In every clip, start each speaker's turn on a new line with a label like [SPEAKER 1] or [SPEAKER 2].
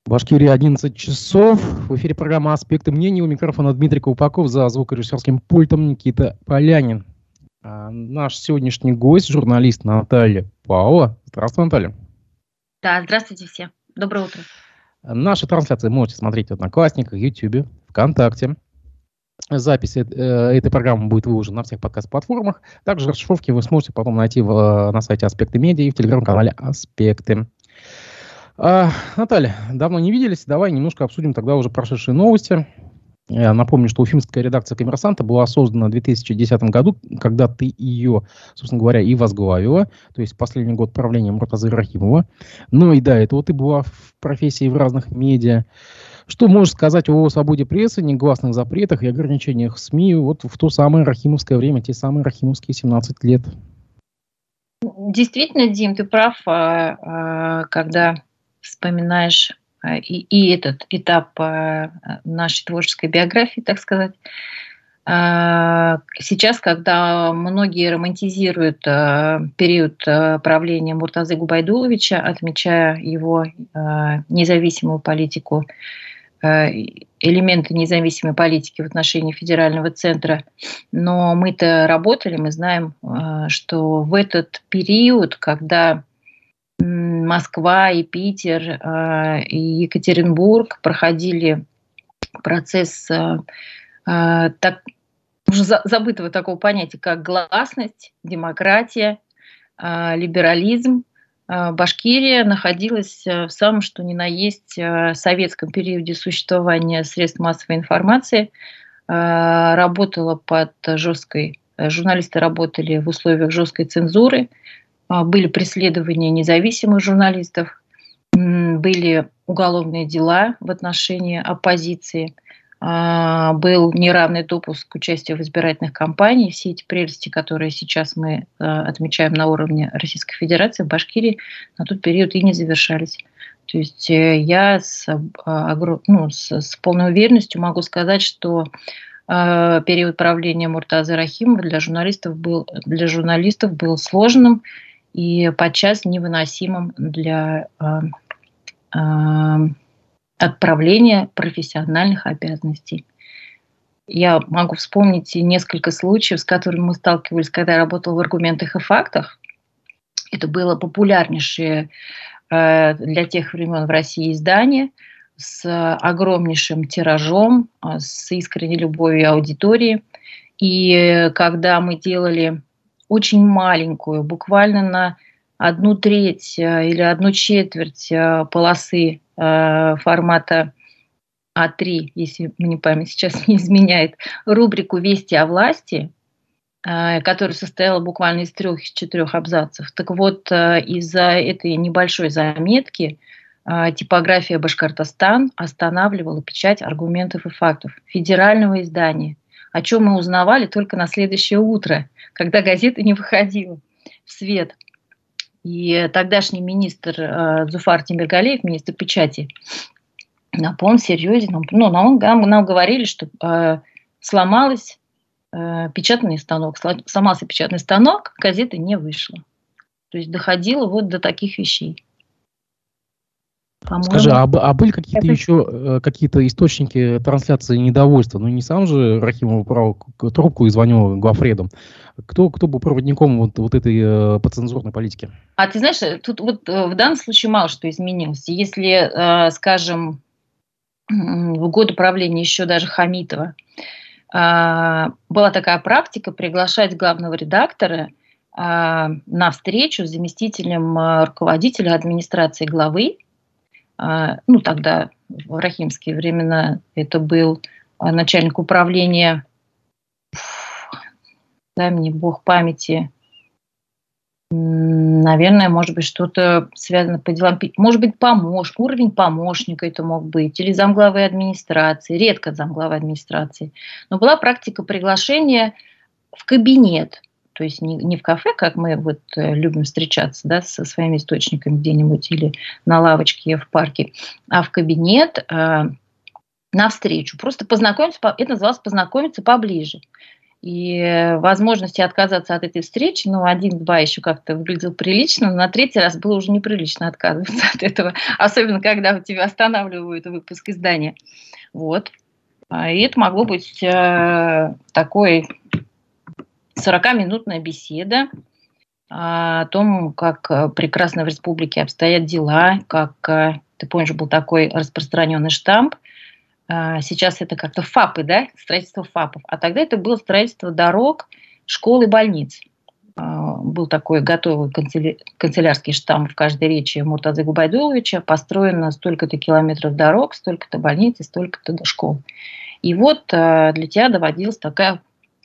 [SPEAKER 1] Башкирия 11 часов. В эфире программа «Аспекты мнений». У микрофона Дмитрий Колпаков, за звукорежиссерским пультом Никита Полянин. Наш сегодняшний гость, журналист Наталья Павлова. Здравствуй, Наталья.
[SPEAKER 2] Да, здравствуйте все. Доброе утро.
[SPEAKER 1] Наши трансляции можете смотреть в Одноклассниках, Ютубе, ВКонтакте. Запись этой программы будет выложена на всех подкаст-платформах. Также расшифровки вы сможете потом найти на сайте «Аспекты медиа» и в телеграм-канале «Аспекты». Наталья, давно не виделись. Давай немножко обсудим тогда уже прошедшие новости. Я напомню, что уфимская редакция «Коммерсанта» была создана в 2010 году, когда ты ее, собственно говоря, и возглавила, то есть последний год правления Муртазы Рахимова. Но и до этого ты была в профессии в разных медиа. Что можешь сказать о свободе прессы, негласных запретах и ограничениях СМИ вот в то самое рахимовское время, те самые рахимовские 17 лет?
[SPEAKER 2] Действительно, Дим, ты прав, когда вспоминаешь и этот этап нашей творческой биографии, так сказать. Сейчас, когда многие романтизируют период правления Муртазы Губайдуловича, отмечая его независимую политику, элементы независимой политики в отношении федерального центра, но мы-то работали, мы знаем, что в этот период, когда Москва и Питер и Екатеринбург проходили процесс так уже забытого такого понятия, как гласность, демократия, либерализм, Башкирия находилась в самом что ни на есть советском периоде существования средств массовой информации, работала под жесткой, журналисты работали в условиях жесткой цензуры, были преследования независимых журналистов, были уголовные дела в отношении оппозиции, был неравный допуск к участию в избирательных кампаниях. Все эти прелести, которые сейчас мы отмечаем на уровне Российской Федерации, в Башкирии на тот период и не завершались. То есть я с полной уверенностью могу сказать, что период правления Муртазы Рахимова для журналистов был сложным и подчас невыносимым для отправления профессиональных обязанностей. Я могу вспомнить несколько случаев, с которыми мы сталкивались, когда я работала в «Аргументах и фактах». Это было популярнейшее для тех времен в России издание с огромнейшим тиражом, с искренней любовью аудитории. И когда мы делали очень маленькую, буквально на 1/3 или 1/4 полосы формата А3, если мне память сейчас не изменяет, рубрику «Вести о власти», которая состояла буквально из 3-4 абзацев. Так вот, из-за этой небольшой заметки типография «Башкортостан» останавливала печать «Аргументов и фактов» федерального издания, о чем мы узнавали только на следующее утро, когда газета не выходила в свет. И тогдашний министр Зуфар Темиргалиев, министр печати, на полном серьезе нам говорили, что сломался печатный станок, газета не вышла. То есть доходило вот до таких вещей.
[SPEAKER 1] Скажи, были какие-то еще какие-то источники трансляции недовольства? Ну, не сам же Рахимов брал трубку и звонил главредом. Кто был проводником вот этой подцензурной политики?
[SPEAKER 2] А ты знаешь, тут вот в данном случае мало что изменилось. Если, скажем, в годы правления еще даже Хамитова была такая практика приглашать главного редактора на встречу с заместителем руководителя администрации главы. Ну, тогда, в рахимские времена, это был начальник управления, дай мне бог памяти, наверное, может быть, что-то связано по делам, может быть, уровень помощника это мог быть, или замглавы администрации, редко замглавы администрации. Но была практика приглашения в кабинет. То есть не в кафе, как мы вот любим встречаться, да, со своими источниками где-нибудь или на лавочке в парке, а в кабинет на встречу. Просто познакомиться, это называлось познакомиться поближе. И возможности отказаться от этой встречи, ну, один-два еще как-то выглядел прилично, но на третий раз было уже неприлично отказываться от этого, особенно когда у тебя останавливают выпуск издания. Вот. И это могло быть такой 40-минутная беседа о том, как прекрасно в республике обстоят дела, как, ты помнишь, был такой распространенный штамп. Сейчас это как-то ФАПы, да, строительство ФАПов. А тогда это было строительство дорог, школ и больниц. Был такой готовый канцелярский штамп в каждой речи Муртазы Губайдуловича. Построено столько-то километров дорог, столько-то больниц и столько-то школ. И вот для тебя доводилась такая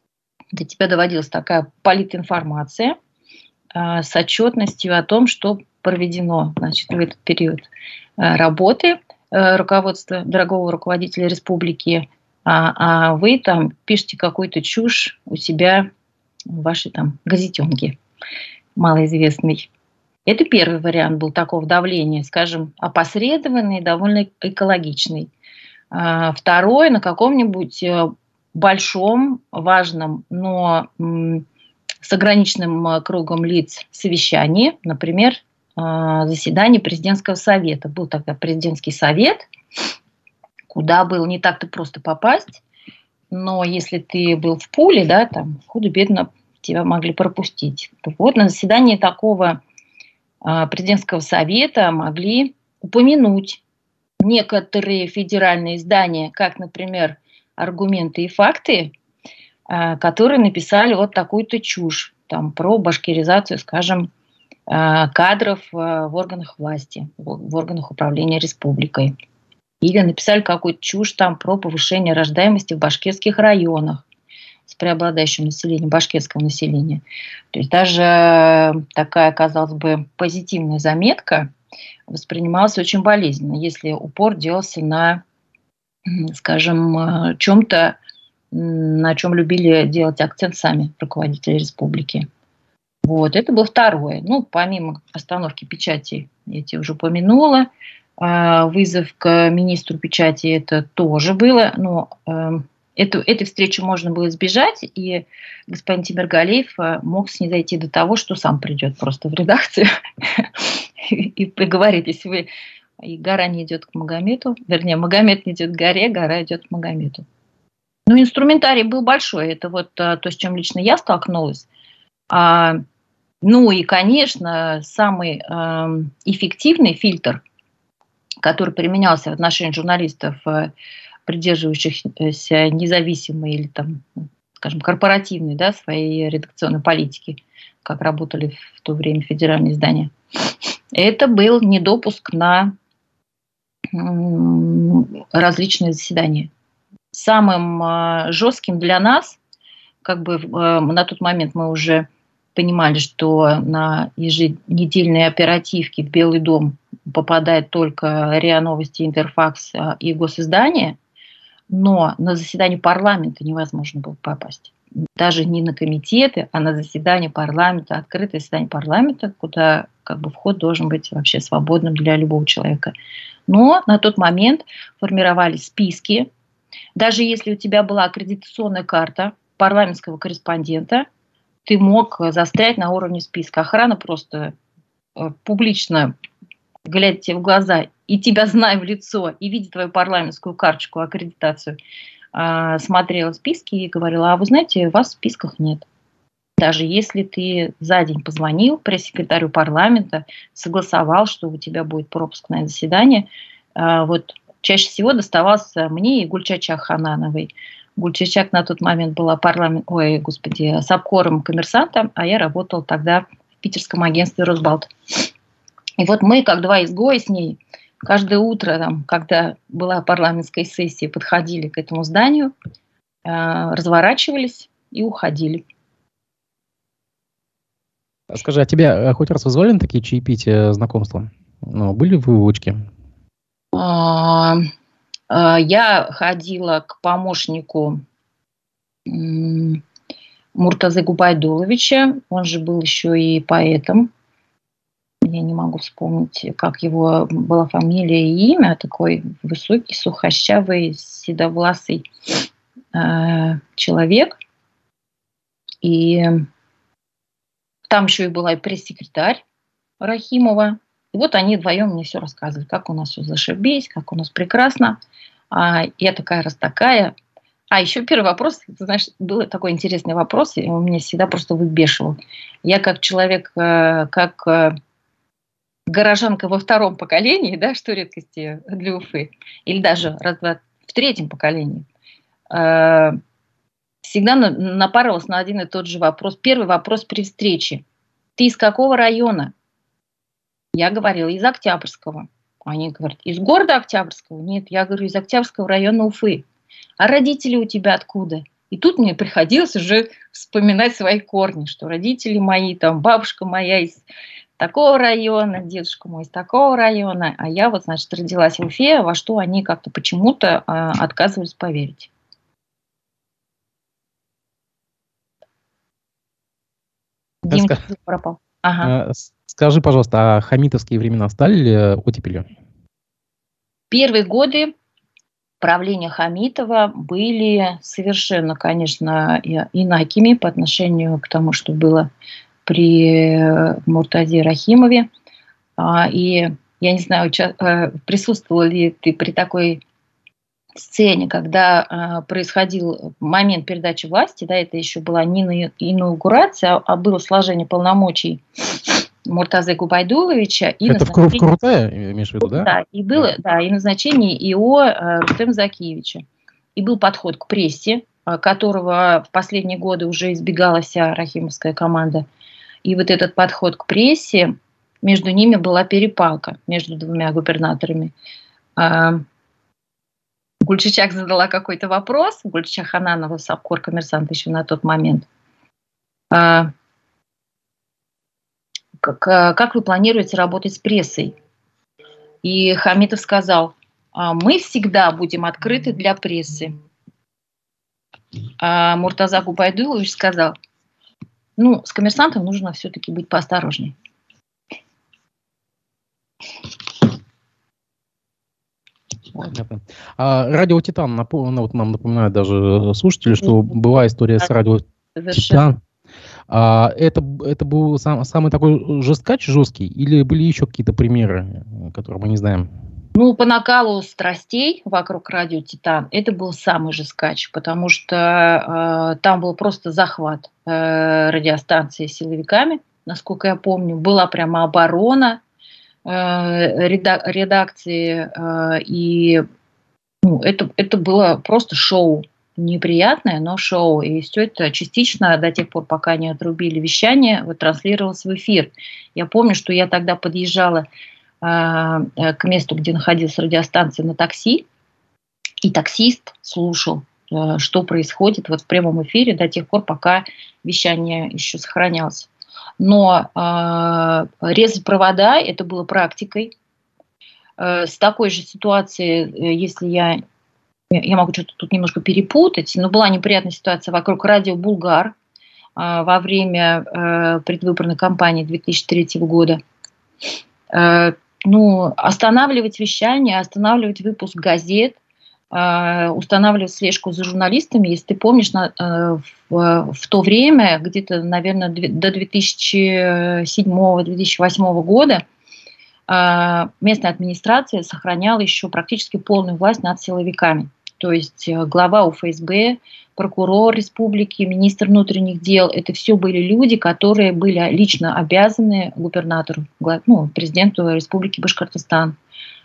[SPEAKER 2] политинформация с отчетностью о том, что проведено, значит, в этот период работы руководства дорогого руководителя республики, а вы там пишете какую-то чушь у себя в вашей там газетенке малоизвестной. Это первый вариант был такого давления, скажем, опосредованный, довольно экологичный. Второй на каком-нибудь большом, важном, но с ограниченным кругом лиц совещании, например, заседание президентского совета. Был тогда президентский совет, куда было не так-то просто попасть, но если ты был в пуле, да, там худо-бедно тебя могли пропустить. Вот на заседании такого президентского совета могли упомянуть некоторые федеральные издания, как, например, «Аргументы и факты», которые написали вот такую-то чушь там, про башкиризацию, скажем, кадров в органах власти, в органах управления республикой. Или написали какую-то чушь там про повышение рождаемости в башкирских районах с преобладающим населением, башкирского населения. То есть даже такая, казалось бы, позитивная заметка воспринималась очень болезненно, если упор делался на, скажем, чем-то, на чем любили делать акцент сами руководители республики. Вот, это было второе. Ну, помимо остановки печати, я тебе уже упомянула, вызов к министру печати это тоже было, но этой встречи можно было избежать, и господин Тимергалеев мог снизойти до того, что сам придет просто в редакцию и поговорит, если вы... И гора не идет к Магомету, вернее, Магомет не идет к горе, гора идет к Магомету. Ну, инструментарий был большой, это вот то, с чем лично я столкнулась. Ну и, конечно, самый эффективный фильтр, который применялся в отношении журналистов, придерживающихся независимой или, там, скажем, корпоративной, да, своей редакционной политики, как работали в то время федеральные издания, это был недопуск на различные заседания. Самым жестким для нас, как бы на тот момент мы уже понимали, что на еженедельные оперативки в Белый дом попадает только РИА Новости, Интерфакс и госиздания, но на заседание парламента невозможно было попасть. Даже не на комитеты, а на заседание парламента, открытое заседание парламента, куда как бы вход должен быть вообще свободным для любого человека. Но на тот момент формировались списки. Даже если у тебя была аккредитационная карта парламентского корреспондента, ты мог застрять на уровне списка. Охрана просто публично, глядя тебе в глаза, и тебя зная в лицо, и видя твою парламентскую карточку, аккредитацию, смотрела списки и говорила: а вы знаете, вас в списках нет. Даже если ты за день позвонил пресс-секретарю парламента, согласовал, что у тебя будет пропуск на заседание, вот чаще всего доставался мне и Гульчачах Ханановой. Гульчачак на тот момент была сабкором коммерсанта, а я работала тогда в питерском агентстве «Росбалт». И вот мы, как два изгоя с ней, каждое утро, там, когда была парламентская сессия, подходили к этому зданию, разворачивались и уходили.
[SPEAKER 1] Скажи, а тебя хоть раз вызвали на такие чаепития, знакомства? Ну, были выучки?
[SPEAKER 2] Я ходила к помощнику Муртазы Губайдуловича, он же был еще и поэтом. Я не могу вспомнить, как его была фамилия и имя. Такой высокий, сухощавый, седовласый человек. И там еще и была и пресс-секретарь Рахимова. И вот они вдвоем мне все рассказывают, как у нас все зашибись, как у нас прекрасно. Я такая, раз такая. Еще первый вопрос, ты знаешь, был такой интересный вопрос, и он меня всегда просто выбешивал. Я как человек, как горожанка во втором поколении, да, что редкости для Уфы, или даже раз-два в третьем поколении, всегда напарывалась на один и тот же вопрос. Первый вопрос при встрече. Ты из какого района? Я говорила, из Октябрьского. Они говорят, из города Октябрьского? Нет, я говорю, из Октябрьского района Уфы. А родители у тебя откуда? И тут мне приходилось уже вспоминать свои корни, что родители мои, там, бабушка моя из такого района, дедушка мой из такого района, а я вот, значит, родилась в Уфе, во что они как-то почему-то отказывались поверить. Дим, ты пропал. Ага.
[SPEAKER 1] Скажи, пожалуйста, а хамитовские времена стали ли оттепелью?
[SPEAKER 2] Первые годы правления Хамитова были совершенно, конечно, инакими по отношению к тому, что было при Муртазе Рахимове. И я не знаю, присутствовала ли ты при такой сцене, когда происходил момент передачи власти, да, это еще была не инаугурация, а было сложение полномочий Муртазы Губайдуловича. И
[SPEAKER 1] это в Курултае, имеешь в виду, да?
[SPEAKER 2] Да, и было, да, и назначение ИО Рустема Закиевича. И был подход к прессе, которого в последние годы уже избегала вся рахимовская команда. И вот этот подход к прессе, между ними была перепалка, между двумя губернаторами. Гульчичак задала какой-то вопрос, Гульчичак Хананова, совкор коммерсант еще на тот момент. Как вы планируете работать с прессой? И Хамитов сказал, мы всегда будем открыты для прессы. А Муртаза Губайдулович сказал, с коммерсантом нужно все-таки быть поосторожней.
[SPEAKER 1] Понятно. Радио Титан, нам напоминают даже слушатели, что была история с радио Титан. Это был самый такой жесткий, или были еще какие-то примеры, которые мы не знаем?
[SPEAKER 2] По накалу страстей вокруг радио Титан это был самый жесткач, потому что там был просто захват радиостанции силовиками, насколько я помню. Была прямо оборона редакции, и это было просто шоу. Неприятное, но шоу. И все это частично до тех пор, пока не отрубили вещание, транслировалось в эфир. Я помню, что я тогда подъезжала к месту, где находилась радиостанция, на такси, и таксист слушал, что происходит в прямом эфире до тех пор, пока вещание еще сохранялось. Но резать провода, это было практикой. С такой же ситуацией, если я могу что-то тут немножко перепутать, но была неприятная ситуация вокруг радио «Булгар» во время предвыборной кампании 2003 года. Останавливать вещание, останавливать выпуск газет, устанавливать слежку за журналистами. Если ты помнишь, в то время, где-то, наверное, до 2007-2008 года, местная администрация сохраняла еще практически полную власть над силовиками. То есть глава УФСБ, прокурор республики, министр внутренних дел – это все были люди, которые были лично обязаны губернатору, президенту республики Башкортостан.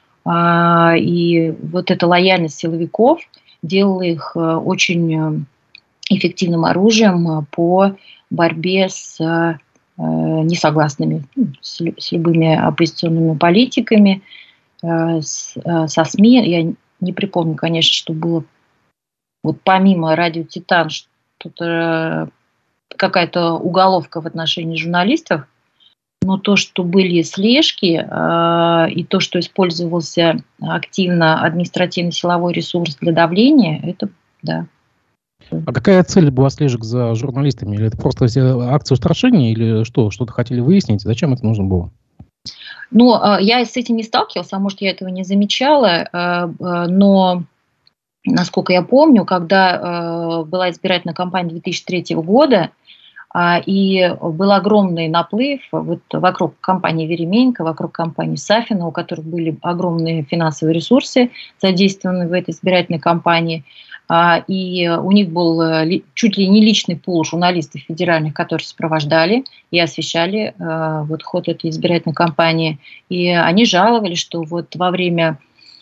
[SPEAKER 2] И вот эта лояльность силовиков делала их очень эффективным оружием по борьбе с несогласными, с любыми оппозиционными политиками, со СМИ. Я не припомню, конечно, что было помимо радио «Титан» что-то, какая-то уголовка в отношении журналистов, но то, что были слежки, и то, что использовался активно административно-силовой ресурс для давления, это да.
[SPEAKER 1] А какая цель была слежек за журналистами? Или это просто акция устрашения, или что-то хотели выяснить? Зачем это нужно было?
[SPEAKER 2] Я с этим не сталкивалась, а может, я этого не замечала, но, насколько я помню, когда была избирательная кампания 2003 года, И был огромный наплыв вот вокруг компании Веременько, вокруг компании Сафина, у которых были огромные финансовые ресурсы задействованы в этой избирательной кампании. И у них был чуть ли не личный пул журналистов федеральных, которые сопровождали и освещали вот ход этой избирательной кампании. И они жаловались, что вот во время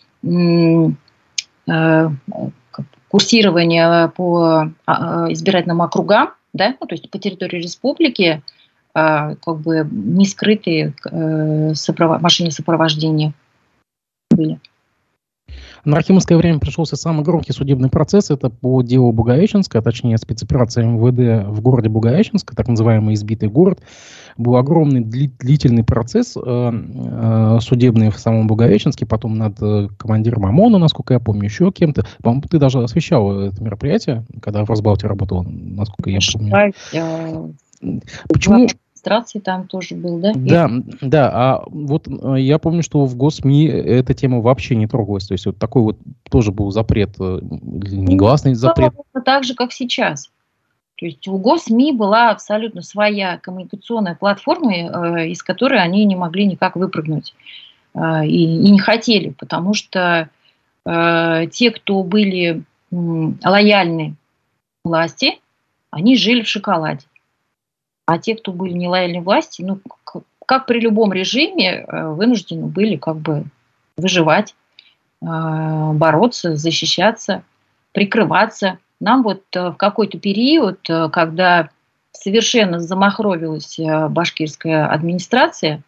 [SPEAKER 2] курсирования по избирательным округам, да, ну, то есть по территории республики, как бы не скрытые машины сопровождения были.
[SPEAKER 1] На Рахимовское время пришелся самый громкий судебный процесс. Это по делу Благовещенска, а точнее спецоперация МВД в городе Благовещенск, так называемый избитый город. Был огромный длительный процесс судебный в самом Благовещенске, потом над командиром ОМОНа, насколько я помню, еще кем-то. По-моему, ты даже освещал это мероприятие, когда в Росбалте работала, насколько я помню. Почему?
[SPEAKER 2] Администрации там тоже был, да?
[SPEAKER 1] Да. А вот я помню, что в госсми эта тема вообще не трогалась. То есть вот такой вот тоже был запрет, негласный запрет.
[SPEAKER 2] Так же, как сейчас. То есть у госсми была абсолютно своя коммуникационная платформа, из которой они не могли никак выпрыгнуть. И не хотели, потому что те, кто были лояльны власти, они жили в шоколаде. А те, кто были нелояльны власти, ну, как при любом режиме, вынуждены были как бы выживать, бороться, защищаться, прикрываться. Нам вот в какой-то период, когда совершенно замахровилась башкирская администрация,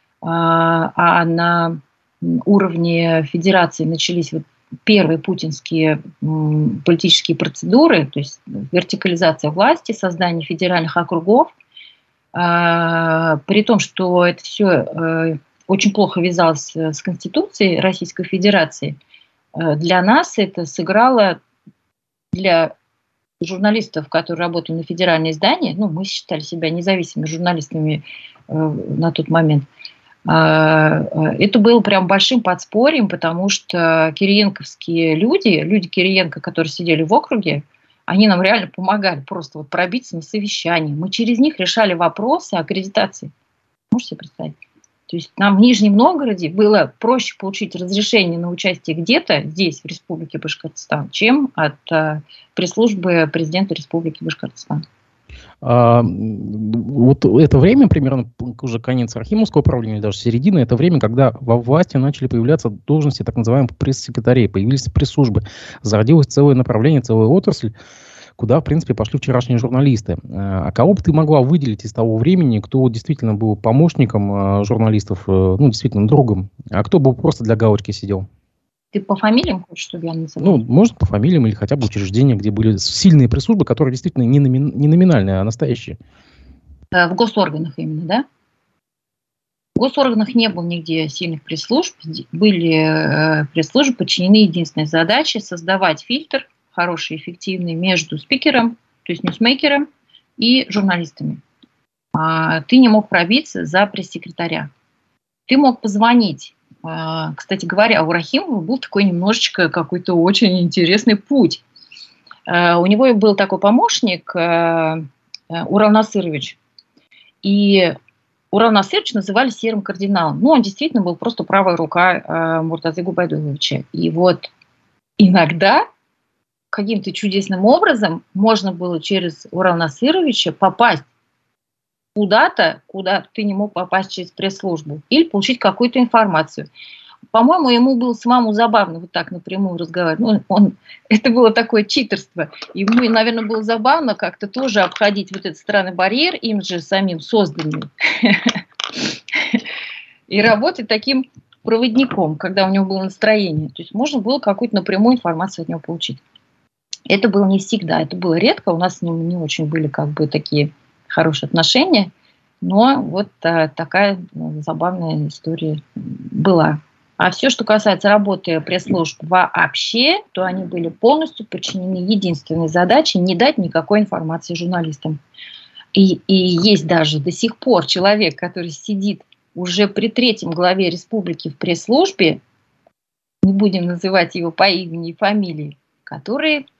[SPEAKER 2] а на уровне федерации начались вот первые путинские политические процедуры, то есть вертикализация власти, создание федеральных округов, при том, что это все очень плохо вязалось с Конституцией Российской Федерации, для нас это сыграло, для журналистов, которые работали на федеральные издания, ну, мы считали себя независимыми журналистами на тот момент, это было прям большим подспорьем, потому что кириенковские люди Кириенко, которые сидели в округе, они нам реально помогали просто вот пробиться на совещании. Мы через них решали вопросы аккредитации. Можете себе представить? То есть нам в Нижнем Новгороде было проще получить разрешение на участие где-то здесь, в Республике Башкортостан, чем от пресс-службы президента Республики Башкортостан.
[SPEAKER 1] Вот это время, примерно уже конец Рахимовского управления, даже середина, это время, когда во власти начали появляться должности так называемых пресс-секретарей, появились пресс-службы, зародилось целое направление, целая отрасль, куда, в принципе, пошли вчерашние журналисты. А кого бы ты могла выделить из того времени, кто действительно был помощником журналистов, ну, действительно, другом, а кто был просто для галочки сидел?
[SPEAKER 2] Ты по фамилиям хочешь, чтобы я называла?
[SPEAKER 1] Ну, можно по фамилиям или хотя бы учреждения, где были сильные пресс-службы, которые действительно не номинальные, а настоящие.
[SPEAKER 2] В госорганах именно, да? В госорганах не было нигде сильных пресс-служб. Были пресс-службы, подчинены единственной задаче – создавать фильтр, хороший, эффективный, между спикером, то есть ньюсмейкером, и журналистами. Ты не мог пробиться за пресс-секретаря. Ты мог позвонить. Кстати говоря, у Рахимова был такой немножечко какой-то очень интересный путь. У него был такой помощник Урал Насырович. И Урал Насырович называли серым кардиналом. Ну, он действительно был просто правая рука Муртазы Губайдулловича. И вот иногда каким-то чудесным образом можно было через Урал Насыровича попасть куда-то, куда ты не мог попасть через пресс-службу, или получить какую-то информацию. По-моему, ему было самому забавно вот так напрямую разговаривать. Это было такое читерство. Ему, наверное, было забавно как-то тоже обходить вот этот странный барьер, им же самим созданный, и работать таким проводником, когда у него было настроение. То есть можно было какую-то напрямую информацию от него получить. Это было не всегда, это было редко. У нас с ним не очень были как бы такие хорошие отношения, но вот такая забавная история была. А все, что касается работы пресс-служб вообще, то они были полностью подчинены единственной задаче – не дать никакой информации журналистам. И есть даже до сих пор человек, который сидит уже при 3-м главе республики в пресс-службе, не будем называть его по имени и фамилии, который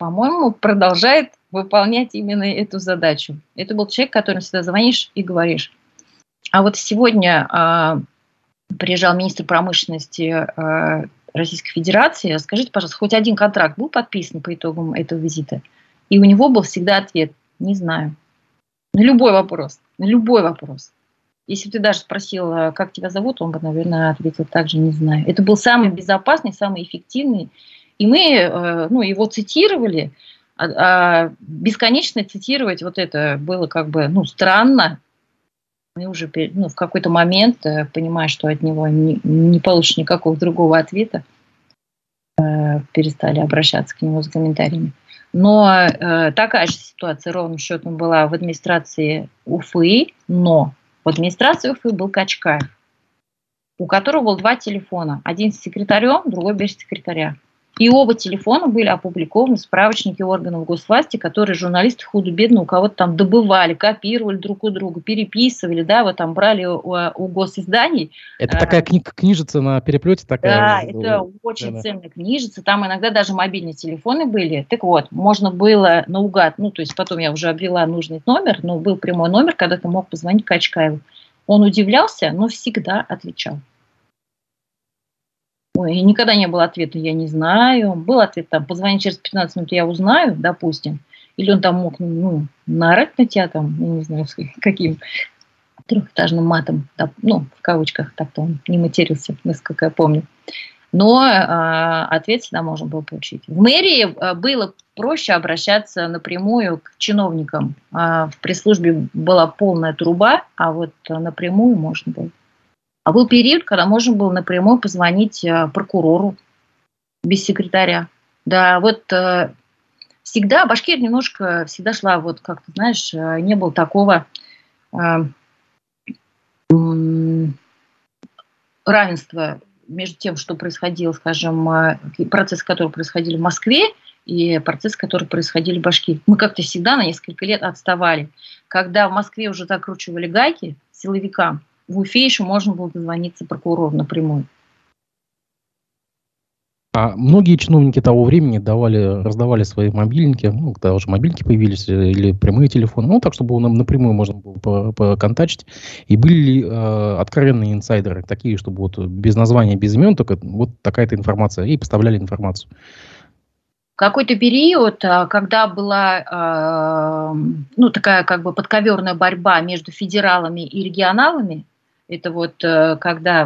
[SPEAKER 2] по-моему, продолжает выполнять именно эту задачу. Это был человек, которому всегда звонишь и говоришь. А вот сегодня приезжал министр промышленности Российской Федерации. Скажите, пожалуйста, хоть один контракт был подписан по итогам этого визита? И у него был всегда ответ: не знаю. На любой вопрос. На любой вопрос. Если бы ты даже спросил, как тебя зовут, он бы, наверное, ответил также: не знаю. Это был самый безопасный, самый эффективный. И мы его цитировали. Бесконечно цитировать вот это было как бы странно. Мы уже в какой-то момент, понимая, что от него не получишь никакого другого ответа, перестали обращаться к нему за комментариями. Но такая же ситуация ровным счетом была в администрации Уфы, но в администрации Уфы был Качкаев, у которого было 2 телефона. Один с секретарем, другой без секретаря. И оба телефона были опубликованы в справочнике органов госвласти, которые журналисты худо-бедно у кого-то там добывали, копировали друг у друга, переписывали, да, вот там брали у госизданий.
[SPEAKER 1] Это такая книжица на переплете такая.
[SPEAKER 2] Да, это очень ценная книжица. Там иногда даже мобильные телефоны были. Так вот, можно было наугад, то есть потом я уже обвела нужный номер, но был прямой номер, когда ты мог позвонить Качкаеву. Он удивлялся, но всегда отвечал. И никогда не было ответа: я не знаю. Был ответ там: позвони через 15 минут, я узнаю, допустим. Или он там мог наорать на тебя, там, я не знаю, с каким трехэтажным матом, в кавычках, так-то он не матерился, насколько я помню. Но ответ всегда можно было получить. В мэрии было проще обращаться напрямую к чиновникам. В пресс-службе была полная труба, а вот напрямую можно было. А был период, когда можно было напрямую позвонить прокурору без секретаря. Да, вот всегда Башкирия немножко всегда шла, вот как ты знаешь, не было такого равенства между тем, что происходило, скажем, процессы, которые происходили в Москве, и процессы, которые происходили в Башкирии. Мы как-то всегда на несколько лет отставали. Когда в Москве уже закручивали гайки силовикам, в Уфе еще можно было дозвониться прокурору напрямую.
[SPEAKER 1] А многие чиновники того времени раздавали свои мобильники, когда уже мобильники появились, или прямые телефоны, так, чтобы напрямую можно было поконтачить. И были ли откровенные инсайдеры, такие, чтобы вот без названия, без имен, только вот такая-то информация, и поставляли информацию?
[SPEAKER 2] В какой-то период, когда была такая как бы подковерная борьба между федералами и регионалами, это вот когда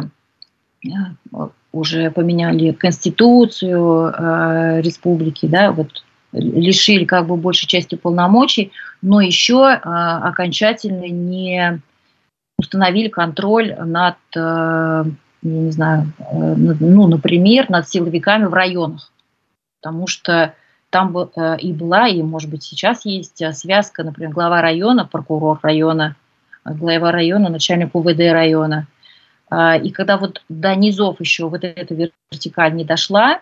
[SPEAKER 2] уже поменяли конституцию республики, да, вот лишили как бы большей части полномочий, но еще окончательно не установили контроль над, например, над силовиками в районах. Потому что там и была, и, может быть, сейчас есть связка, например, глава района, прокурор района, глава района, начальник УВД района. И когда вот до низов еще вот эта вертикаль не дошла,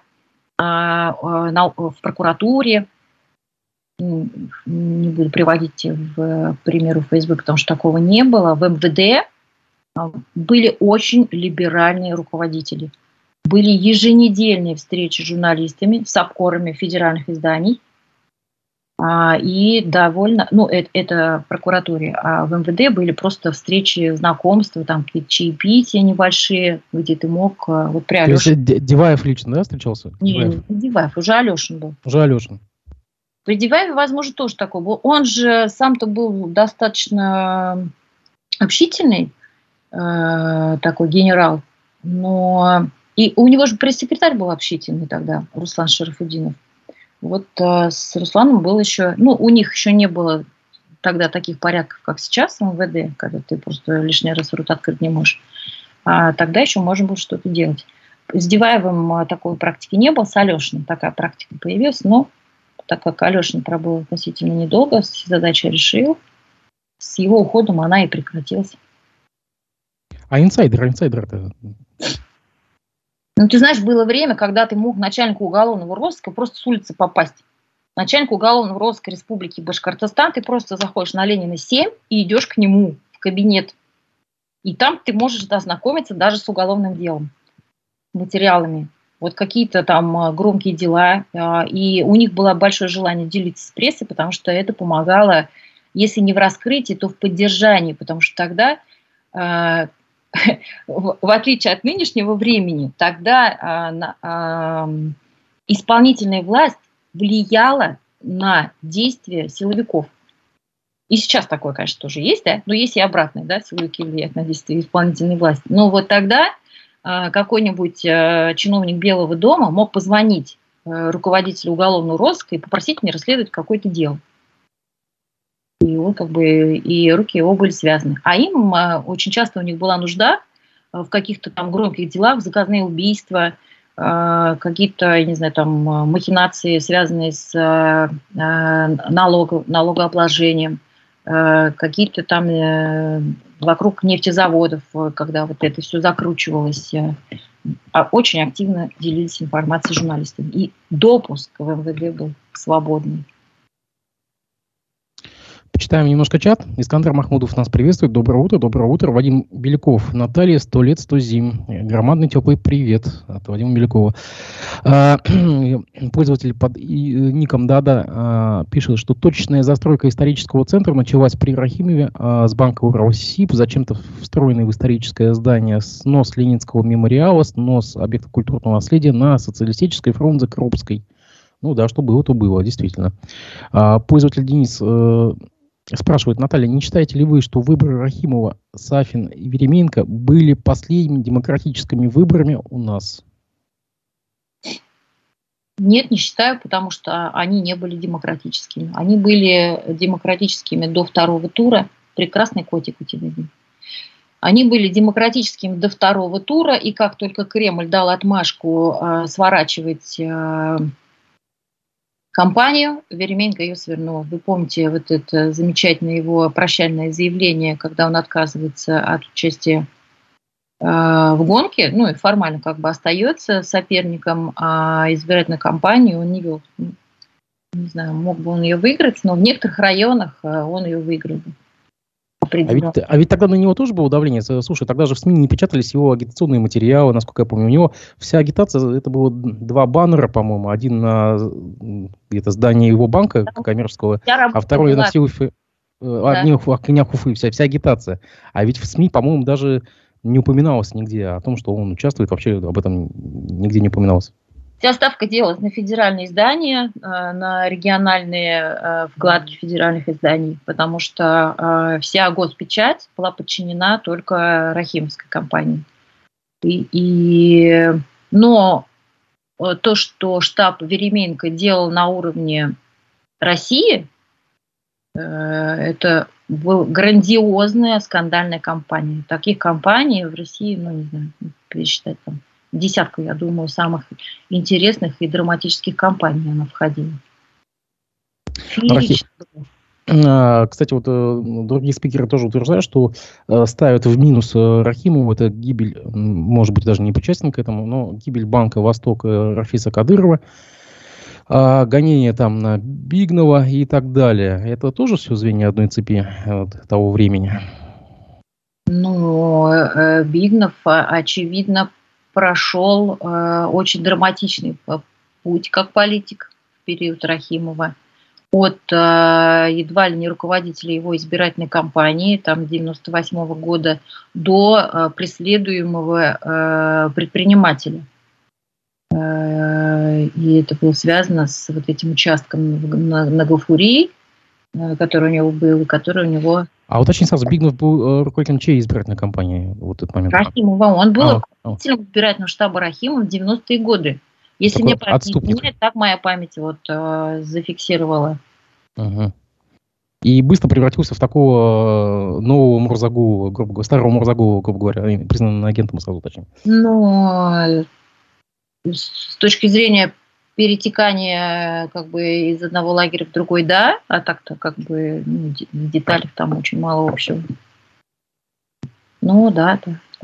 [SPEAKER 2] в прокуратуре, не буду приводить в примеру Facebook, потому что такого не было, в МВД были очень либеральные руководители. Были еженедельные встречи с журналистами, с обкорами федеральных изданий. И довольно, это в прокуратуре, а в МВД были просто встречи, знакомства, там какие-то чаепития небольшие, где ты мог вот при Алёше.
[SPEAKER 1] То есть Диваев лично, да, встречался?
[SPEAKER 2] Не Диваев, уже Алешин был.
[SPEAKER 1] Уже Алешин.
[SPEAKER 2] При Диваеве, возможно, тоже такой был. Он же сам-то был достаточно общительный, такой генерал, но и у него же пресс-секретарь был общительный тогда, Руслан Шарафутдинов. Вот с Русланом был еще, у них еще не было тогда таких порядков, как сейчас в МВД, когда ты просто лишний раз рот открыть не можешь. А тогда еще можно было что-то делать. С Диваевым такой практики не было, с Алешиным такая практика появилась, но так как Алешин пробыл относительно недолго, задачу решил, с его уходом она и прекратилась.
[SPEAKER 1] А инсайдер-то?
[SPEAKER 2] Ты знаешь, было время, когда ты мог начальнику уголовного розыска просто с улицы попасть. Начальник уголовного розыска Республики Башкортостан, ты просто заходишь на Ленина 7 и идешь к нему в кабинет. И там ты можешь ознакомиться даже с уголовным делом, материалами. вот какие-то там громкие дела, и у них было большое желание делиться с прессой, потому что это помогало, если не в раскрытии, то в поддержании, потому что тогда, в отличие от нынешнего времени, тогда исполнительная власть влияла на действия силовиков. И сейчас такое, конечно, тоже есть, да, но есть и обратное, да, силовики влияют на действия исполнительной власти. Но вот тогда какой-нибудь чиновник Белого дома мог позвонить руководителю уголовного розыска и попросить меня расследовать какое-то дело. И он как бы, и руки его были связаны. А им очень часто у них была нужда в каких-то там громких делах, заказные убийства, какие-то, я не знаю, там махинации, связанные с налогообложением, какие-то там вокруг нефтезаводов, когда вот это все закручивалось, очень активно делились информацией с журналистами. И допуск в МВД был свободный.
[SPEAKER 1] Почитаем немножко чат. Искандер Махмудов нас приветствует. Доброе утро, доброе утро. Вадим Беляков. Наталья, 100 лет, 100 зим. Громадный теплый привет от Вадима Белякова. Пользователь под ником Дада пишет, что точечная застройка исторического центра началась при Рахимове с банка Уралсиб, зачем-то встроенный в историческое здание снос Ленинского мемориала, снос объектов культурного наследия на социалистической фрунзе Крупской. Ну да, что было, то было, действительно. Пользователь Денис спрашивает: Наталья, не считаете ли вы, что выборы Рахимова, Сафин и Веременко были последними демократическими выборами у нас?
[SPEAKER 2] Нет, не считаю, потому что они не были демократическими. Они были демократическими до второго тура. Прекрасный котик у тебя. Они были демократическими до второго тура, и как только Кремль дал отмашку сворачивать кампанию, Веременко ее свернул. Вы помните вот это замечательное его прощальное заявление, когда он отказывается от участия в гонке, ну и формально как бы остается соперником, а избирательную кампанию он не вел. Не знаю, мог бы он ее выиграть, но в некоторых районах он ее выиграл.
[SPEAKER 1] А ведь тогда на него тоже было давление. Слушай, тогда же в СМИ не печатались его агитационные материалы, насколько я помню. У него вся агитация, это было 2 баннера, по-моему. Один на где-то здании его банка коммерческого, а второй на всех огнях Уфы, вся агитация. А ведь в СМИ, по-моему, даже не упоминалось нигде о том, что он участвует. Вообще об этом нигде не упоминалось.
[SPEAKER 2] Вся ставка делалась на федеральные издания, на региональные вкладки федеральных изданий, потому что вся госпечать была подчинена только Рахимовской компании. Но то, что штаб Веременко делал на уровне России, это была грандиозная скандальная кампания. Таких кампаний в России, ну не знаю, пересчитать там десятку, я думаю, самых интересных и драматических кампаний она входила.
[SPEAKER 1] Кстати, вот другие спикеры тоже утверждают, что ставят в минус Рахимову, это гибель, может быть, даже не причастен к этому, но гибель Банка Восток Рафиса Кадырова, гонение там на Бигнова и так далее. Это тоже все звенья одной цепи того времени?
[SPEAKER 2] Ну, Бигнов, очевидно, прошел очень драматичный путь как политик в период Рахимова. От едва ли не руководителя его избирательной кампании, там, 1998 года, до преследуемого предпринимателя. И это было связано с вот этим участком на Гафурии, который у него был, и который у него...
[SPEAKER 1] А уточни сразу, Бигнов был руководителем чьей избирательной кампании в этот момент?
[SPEAKER 2] Рахимова. Он был руководителем избирательного штаба Рахимова в 90-е годы. Если мне память не изменяет, так моя память вот зафиксировала.
[SPEAKER 1] Угу. И быстро превратился в такого нового Мурзагулова, грубо говоря, старого Мурзагулова, грубо говоря, признанного агентом, сразу точнее.
[SPEAKER 2] Ну, с точки зрения перетекания как бы из одного лагеря в другой, да, а так-то как бы в деталях там очень мало общего. Ну да.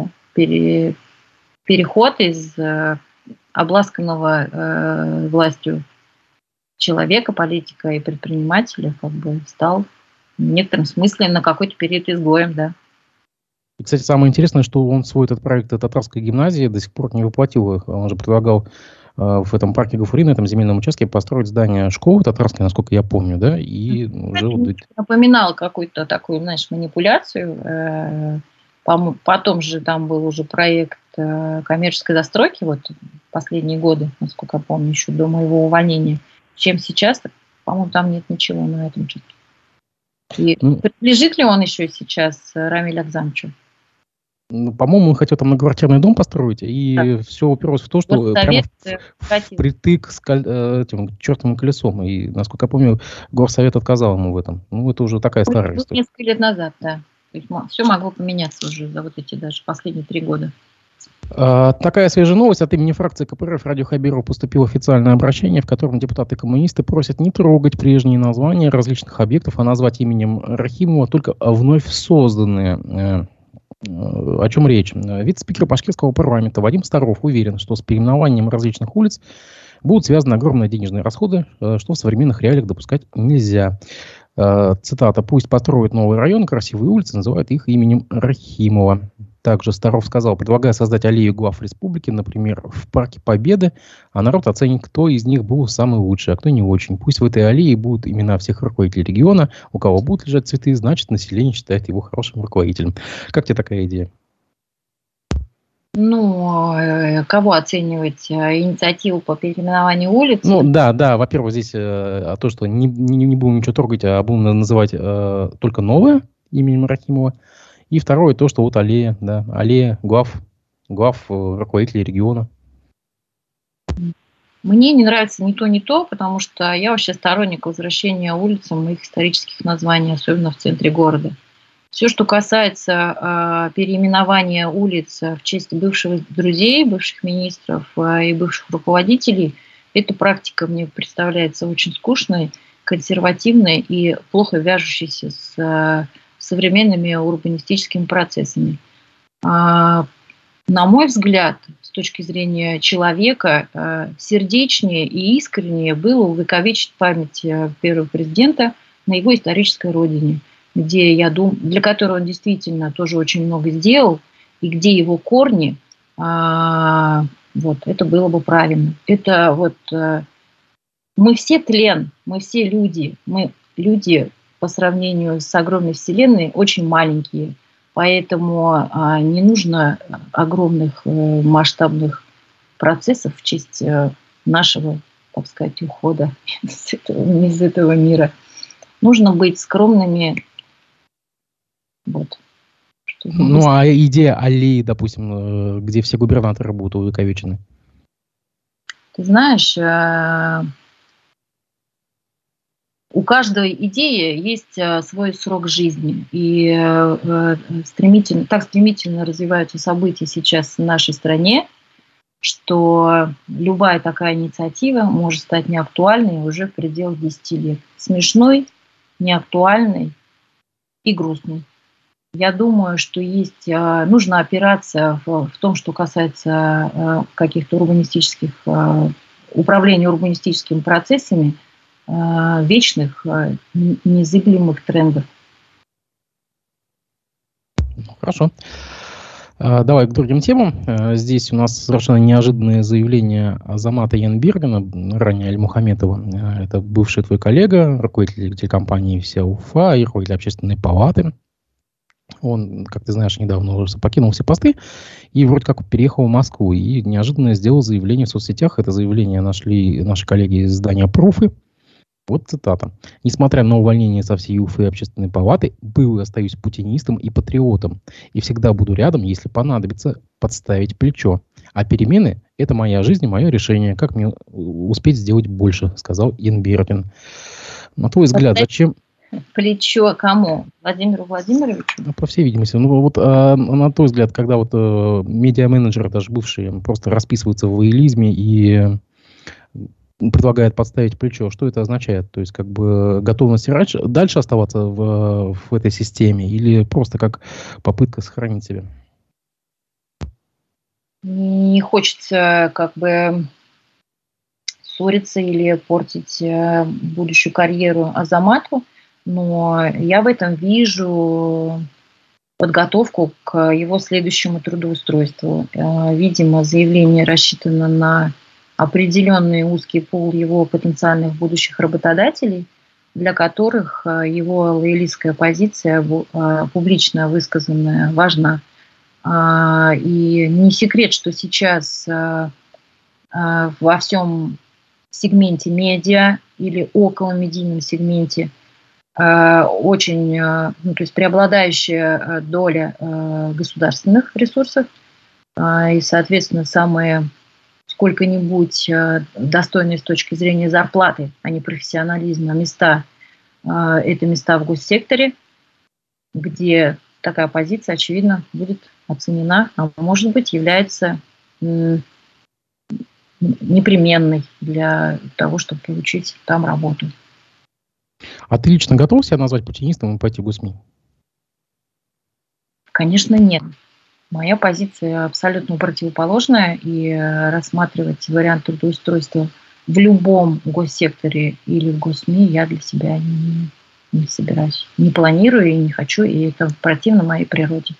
[SPEAKER 2] Переход из обласканного властью человека, политика и предпринимателя как бы стал в некотором смысле на какой-то период изгоем, да.
[SPEAKER 1] И, кстати, самое интересное, что он свой этот проект татарской гимназии до сих пор не воплотил их. Он же предлагал в этом парке Гафури, на этом земельном участке, построить здание школы татарской, насколько я помню, да, и уже вот...
[SPEAKER 2] Напоминал какую-то такую, знаешь, манипуляцию. Потом же там был уже проект коммерческой застройки, вот последние годы, насколько я помню, еще до моего увольнения. Чем сейчас, по-моему, там нет ничего на этом участке. И принадлежит ли он еще сейчас Рамилю Акзамовичу?
[SPEAKER 1] По-моему, он хотел там многоквартирный дом построить, и все уперлось в то, что вот прямо впритык с этим чертовым колесом. И, насколько я помню, горсовет отказал ему в этом. Ну, это уже такая старая история.
[SPEAKER 2] Несколько лет назад, да. То есть все могло поменяться уже за вот эти даже последние 3 года.
[SPEAKER 1] Такая свежая новость. От имени фракции КПРФ Радио Хабирова поступило официальное обращение, в котором депутаты-коммунисты просят не трогать прежние названия различных объектов, а назвать именем Рахимова только вновь созданные. О чем речь? Вице-спикер Башкирского парламента Вадим Старов уверен, что с переименованием различных улиц будут связаны огромные денежные расходы, что в современных реалиях допускать нельзя. Цитата: «Пусть построят новый район, красивые улицы, называют их именем Рахимова». Также Старов сказал: «Предлагаю создать аллею глав республики, например, в Парке Победы, а народ оценит, кто из них был самый лучший, а кто не очень. Пусть в этой аллее будут имена всех руководителей региона. У кого будут лежать цветы, значит, население считает его хорошим руководителем». Как тебе такая идея?
[SPEAKER 2] Ну, кого оценивать? Инициативу по переименованию улиц?
[SPEAKER 1] Ну, да. Во-первых, здесь то, что не будем ничего трогать, а будем называть только новое именем Рахимова. И второе, то, что вот аллея глав руководителей региона.
[SPEAKER 2] Мне не нравится ни то, потому что я вообще сторонник возвращения улицам их исторических названий, особенно в центре города. Все, что касается переименования улиц в честь бывших друзей, бывших министров и бывших руководителей, эта практика мне представляется очень скучной, консервативной и плохо вяжущейся с современными урбанистическими процессами. На мой взгляд, с точки зрения человека, сердечнее и искреннее было увековечить память первого президента на его исторической родине, где, я думаю, для которого он действительно тоже очень много сделал, и где его корни, вот, это было бы правильно. Это вот мы все тлен, мы все люди, мы люди по сравнению с огромной вселенной очень маленькие, поэтому не нужно огромных масштабных процессов в честь нашего, так сказать, ухода из этого мира. Нужно быть скромными. Вот.
[SPEAKER 1] Ну, а идея аллеи, допустим, где все губернаторы будут увековечены?
[SPEAKER 2] Ты знаешь, у каждой идеи есть свой срок жизни. И так стремительно развиваются события сейчас в нашей стране, что любая такая инициатива может стать неактуальной уже в пределах 10 лет. Смешной, неактуальной и грустной. Я думаю, что нужно опираться в том, что касается каких-то урбанистических, управления урбанистическими процессами, вечных, незыблемых трендов.
[SPEAKER 1] Хорошо. Давай к другим темам. Здесь у нас совершенно неожиданное заявление Азамата Янбергена, ранее Аль-Мухаметова. Это бывший твой коллега, руководитель телекомпании «Вся Уфа» и руководитель общественной палаты. Он, как ты знаешь, недавно уже покинул все посты и вроде как переехал в Москву. И неожиданно сделал заявление в соцсетях. Это заявление нашли наши коллеги из издания «Пруфы». Вот цитата. «Несмотря на увольнение со всей Уфы и общественной палаты, был и остаюсь путинистом и патриотом. И всегда буду рядом, если понадобится, подставить плечо. А перемены – это моя жизнь и мое решение. Как мне успеть сделать больше», сказал Янберген. На твой взгляд, зачем...
[SPEAKER 2] Плечо кому? Владимиру Владимировичу?
[SPEAKER 1] По всей видимости. Ну, вот на твой взгляд, когда вот медиа-менеджеры, даже бывшие, просто расписываются в воилизме и предлагают подставить плечо, что это означает? То есть, как бы готовность дальше оставаться в этой системе или просто как попытка сохранить себя?
[SPEAKER 2] Не хочется как бы ссориться или портить будущую карьеру Азамату, но я в этом вижу подготовку к его следующему трудоустройству. Видимо, заявление рассчитано на определенный узкий пул его потенциальных будущих работодателей, для которых его лоялистская позиция, публично высказанная, важна. И не секрет, что сейчас во всем сегменте медиа или околомедийном сегменте очень, то есть преобладающая доля государственных ресурсов и, соответственно, самые сколько-нибудь достойные с точки зрения зарплаты, а не профессионализма места, это места в госсекторе, где такая позиция, очевидно, будет оценена, а может быть, является непременной для того, чтобы получить там работу.
[SPEAKER 1] А ты лично готов себя назвать путинистом и пойти в госсми?
[SPEAKER 2] Конечно, нет. Моя позиция абсолютно противоположная, и рассматривать вариант трудоустройства в любом госсекторе или в госсми я для себя не собираюсь. Не планирую и не хочу, и это противно моей природе.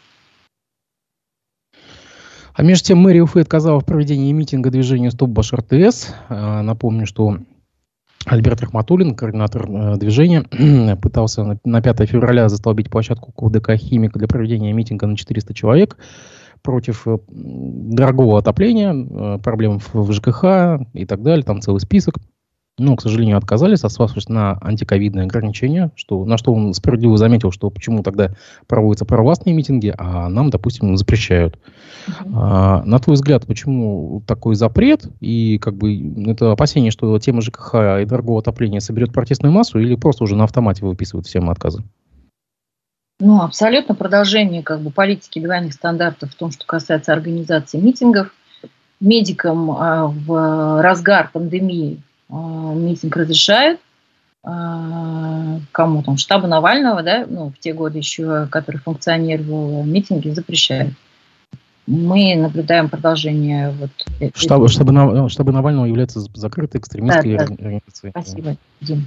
[SPEAKER 1] А между тем мэрия Уфы отказала в проведении митинга движения «Стоп Башар ТС». Напомню, что Альберт Рахматуллин, координатор движения, пытался на 5 февраля застолбить площадку КУДК «Химик» для проведения митинга на 400 человек против дорогого отопления, проблем в ЖКХ и так далее. Там целый список. Но, к сожалению, отказались, сославшись на антиковидные ограничения, на что он справедливо заметил, что почему тогда проводятся провластные митинги, а нам, допустим, запрещают. На твой взгляд, почему такой запрет? И это опасение, что тема ЖКХ и дорогого отопления соберет протестную массу, или просто уже на автомате выписывают всем отказы?
[SPEAKER 2] Абсолютно продолжение политики двойных стандартов в том, что касается организации митингов. Медикам в разгар пандемии митинг разрешают. Кому там? Штабу Навального, да? В те годы еще, который функционировал, митинги запрещают. Мы наблюдаем продолжение.
[SPEAKER 1] Штабы Навального являются закрытой экстремистской организацией.
[SPEAKER 2] Спасибо, Дим.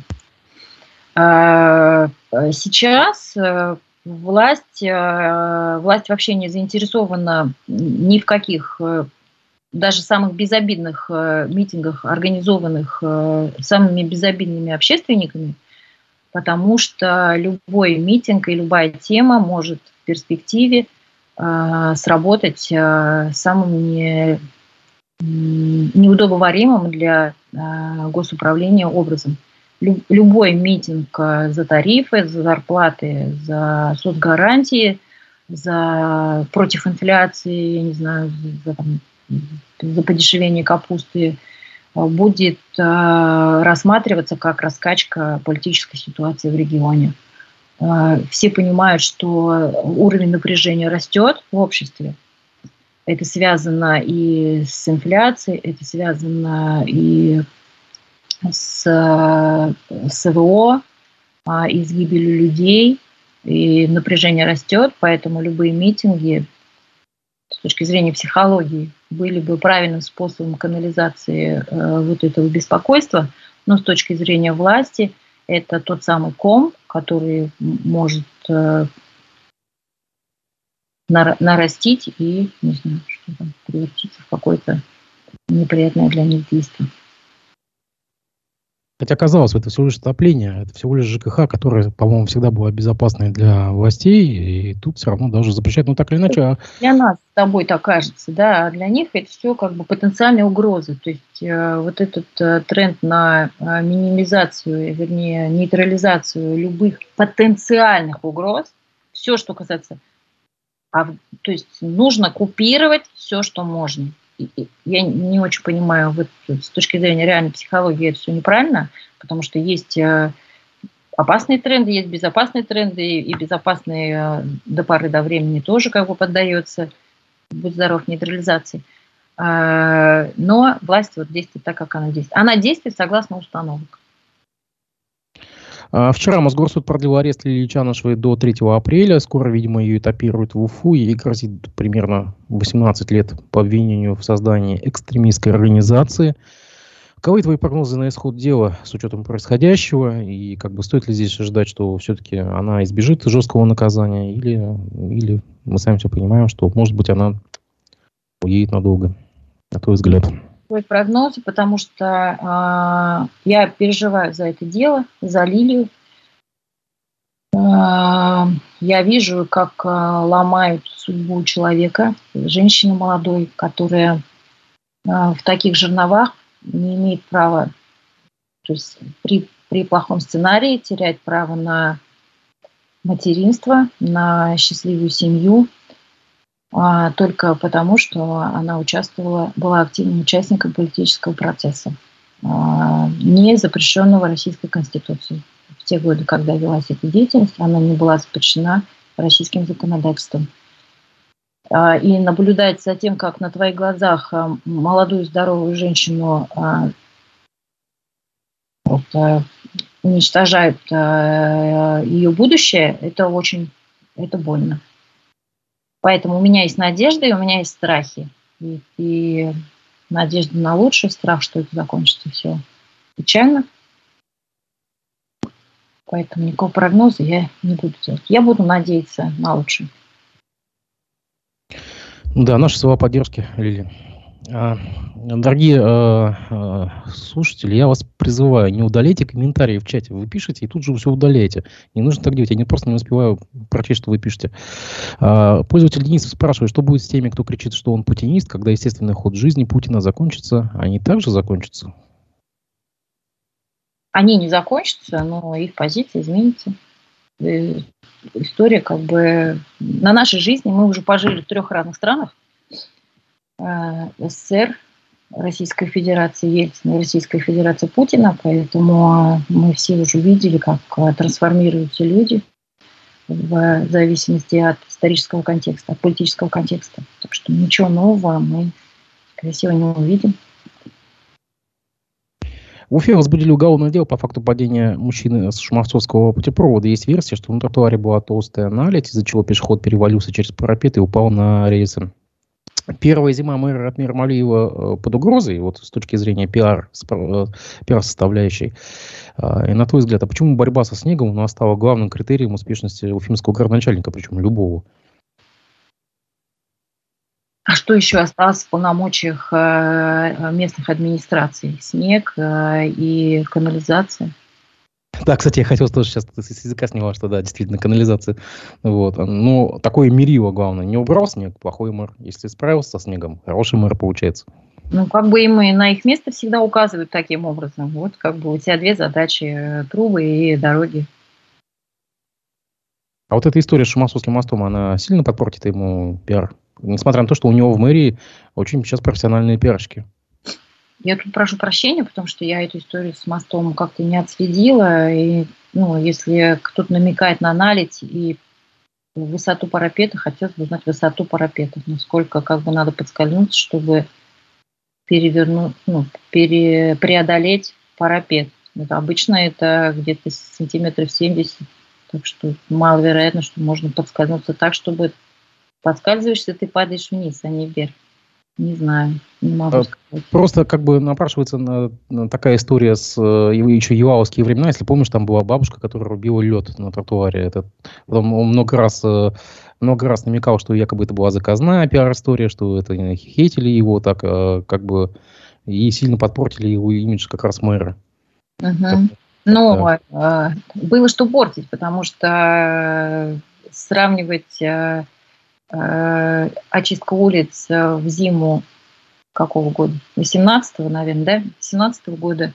[SPEAKER 2] Сейчас власть вообще не заинтересована ни в каких, даже самых безобидных митингах, организованных самыми безобидными общественниками, потому что любой митинг и любая тема может в перспективе сработать самым неудобоваримым для госуправления образом. Любой митинг за тарифы, за зарплаты, за соцгарантии, против инфляции, я не знаю, за подешевение капусты будет рассматриваться как раскачка политической ситуации в регионе. Все понимают, что уровень напряжения растет в обществе. Это связано и с инфляцией, это связано и с СВО, и с гибелью людей, и напряжение растет, поэтому любые митинги с точки зрения психологии были бы правильным способом канализации этого беспокойства, но с точки зрения власти это тот самый ком, который может нарастить и, не знаю, превратиться в какое-то неприятное для них действие.
[SPEAKER 1] Хотя, казалось, это всего лишь отопление, это всего лишь ЖКХ, которое, по-моему, всегда было безопасной для властей, и тут все равно даже запрещать, так или иначе.
[SPEAKER 2] Для нас с тобой так кажется, да, а для них это все потенциальные угрозы. То есть этот тренд на минимизацию, вернее, нейтрализацию любых потенциальных угроз, все, что касается, то есть нужно купировать все, что можно. Я не очень понимаю, с точки зрения реальной психологии это все неправильно, потому что есть опасные тренды, есть безопасные тренды, и безопасные до поры до времени тоже поддается, будь здоров, нейтрализации. Но власть действует так, как она действует. Она действует согласно установок.
[SPEAKER 1] Вчера Мосгорсуд продлил арест Лилии Чанышевой до 3 апреля. Скоро, видимо, ее этапируют в Уфу. Ей грозит примерно 18 лет по обвинению в создании экстремистской организации. Каковы твои прогнозы на исход дела с учетом происходящего? И как бы стоит ли здесь ожидать, что все-таки она избежит жесткого наказания? Или мы сами все понимаем, что, может быть, она уедет надолго, на твой взгляд?
[SPEAKER 2] Твой прогноз, потому что я переживаю за это дело, за Лилию. Я вижу, как ломают судьбу человека, женщины молодой, которая в таких жерновах не имеет права, то есть при плохом сценарии терять право на материнство, на счастливую семью, только потому, что она была активным участником политического процесса, не запрещенного Российской Конституцией. В те годы, когда велась эта деятельность, она не была запрещена российским законодательством. И наблюдать за тем, как на твоих глазах молодую здоровую женщину уничтожают ее будущее, это больно. Поэтому у меня есть надежда и у меня есть страхи. И надежда на лучшее, страх, что это закончится все печально. Поэтому никакого прогноза я не буду делать. Я буду надеяться на лучшее.
[SPEAKER 1] Да, наши слова поддержки, Лилия. Дорогие слушатели, я вас призываю, не удаляйте комментарии в чате. Вы пишете и тут же все удаляете. Не нужно так делать. Я просто не успеваю прочесть, что вы пишете. Пользователь Денис спрашивает, что будет с теми, кто кричит, что он путинист, когда естественный ход жизни Путина закончится. Они также закончатся?
[SPEAKER 2] Они не закончатся, но их позиция изменится. История как бы... На нашей жизни мы уже пожили в 3 разных странах. СССР, Российская Федерация Ельцина и Российская Федерация Путина. Поэтому мы все уже видели, как трансформируются люди в зависимости от исторического контекста, от политического контекста. Так что ничего нового мы, скорее всего, не увидим.
[SPEAKER 1] В Уфе возбудили уголовное дело по факту падения мужчины с Шумовцовского путепровода. Есть версия, что на тротуаре была толстая наледь, из-за чего пешеход перевалился через парапет и упал на рельсы. Первая зима мэра Ратмира Малиева под угрозой, вот с точки зрения пиар-составляющей. И на твой взгляд, а почему борьба со снегом у нас стала главным критерием успешности уфимского городоначальника, причем любого?
[SPEAKER 2] А что еще осталось в полномочиях местных администраций? Снег и канализация.
[SPEAKER 1] Да, кстати, я хотел тоже сейчас с языка сняла, что да, действительно, канализация. Вот. Но такое мерило, главное. Не убрал снег, плохой мэр. Если справился со снегом, хороший мэр получается.
[SPEAKER 2] Ну, как бы им и на их место всегда указывают таким образом. Вот как бы у тебя 2 задачи: трубы и дороги.
[SPEAKER 1] А вот эта история с Шумовским мостом, она сильно подпортит ему пиар? Несмотря на то, что у него в мэрии очень сейчас профессиональные пиарщики.
[SPEAKER 2] Я тут прошу прощения, потому что я эту историю с мостом как-то не отследила. И, если кто-то намекает на наледь и высоту парапета, хотелось бы знать высоту парапета. Насколько надо подскользнуться, чтобы преодолеть парапет. Обычно это где-то сантиметров 70. Так что маловероятно, что можно подскользнуться так, чтобы подскальзываешься, ты падаешь вниз, а не вверх. Не знаю, не могу сказать.
[SPEAKER 1] Просто напрашивается такая история с еще елаовские времена. Если помнишь, там была бабушка, которая рубила лед на тротуаре. Потом он много раз намекал, что якобы это была заказная пиар-история, что это хейтили его так, и сильно подпортили его имидж как раз мэра.
[SPEAKER 2] Угу. Но было что портить, потому что сравнивать очистку улиц в зиму какого года? 18-го, наверное, да? 17-го года.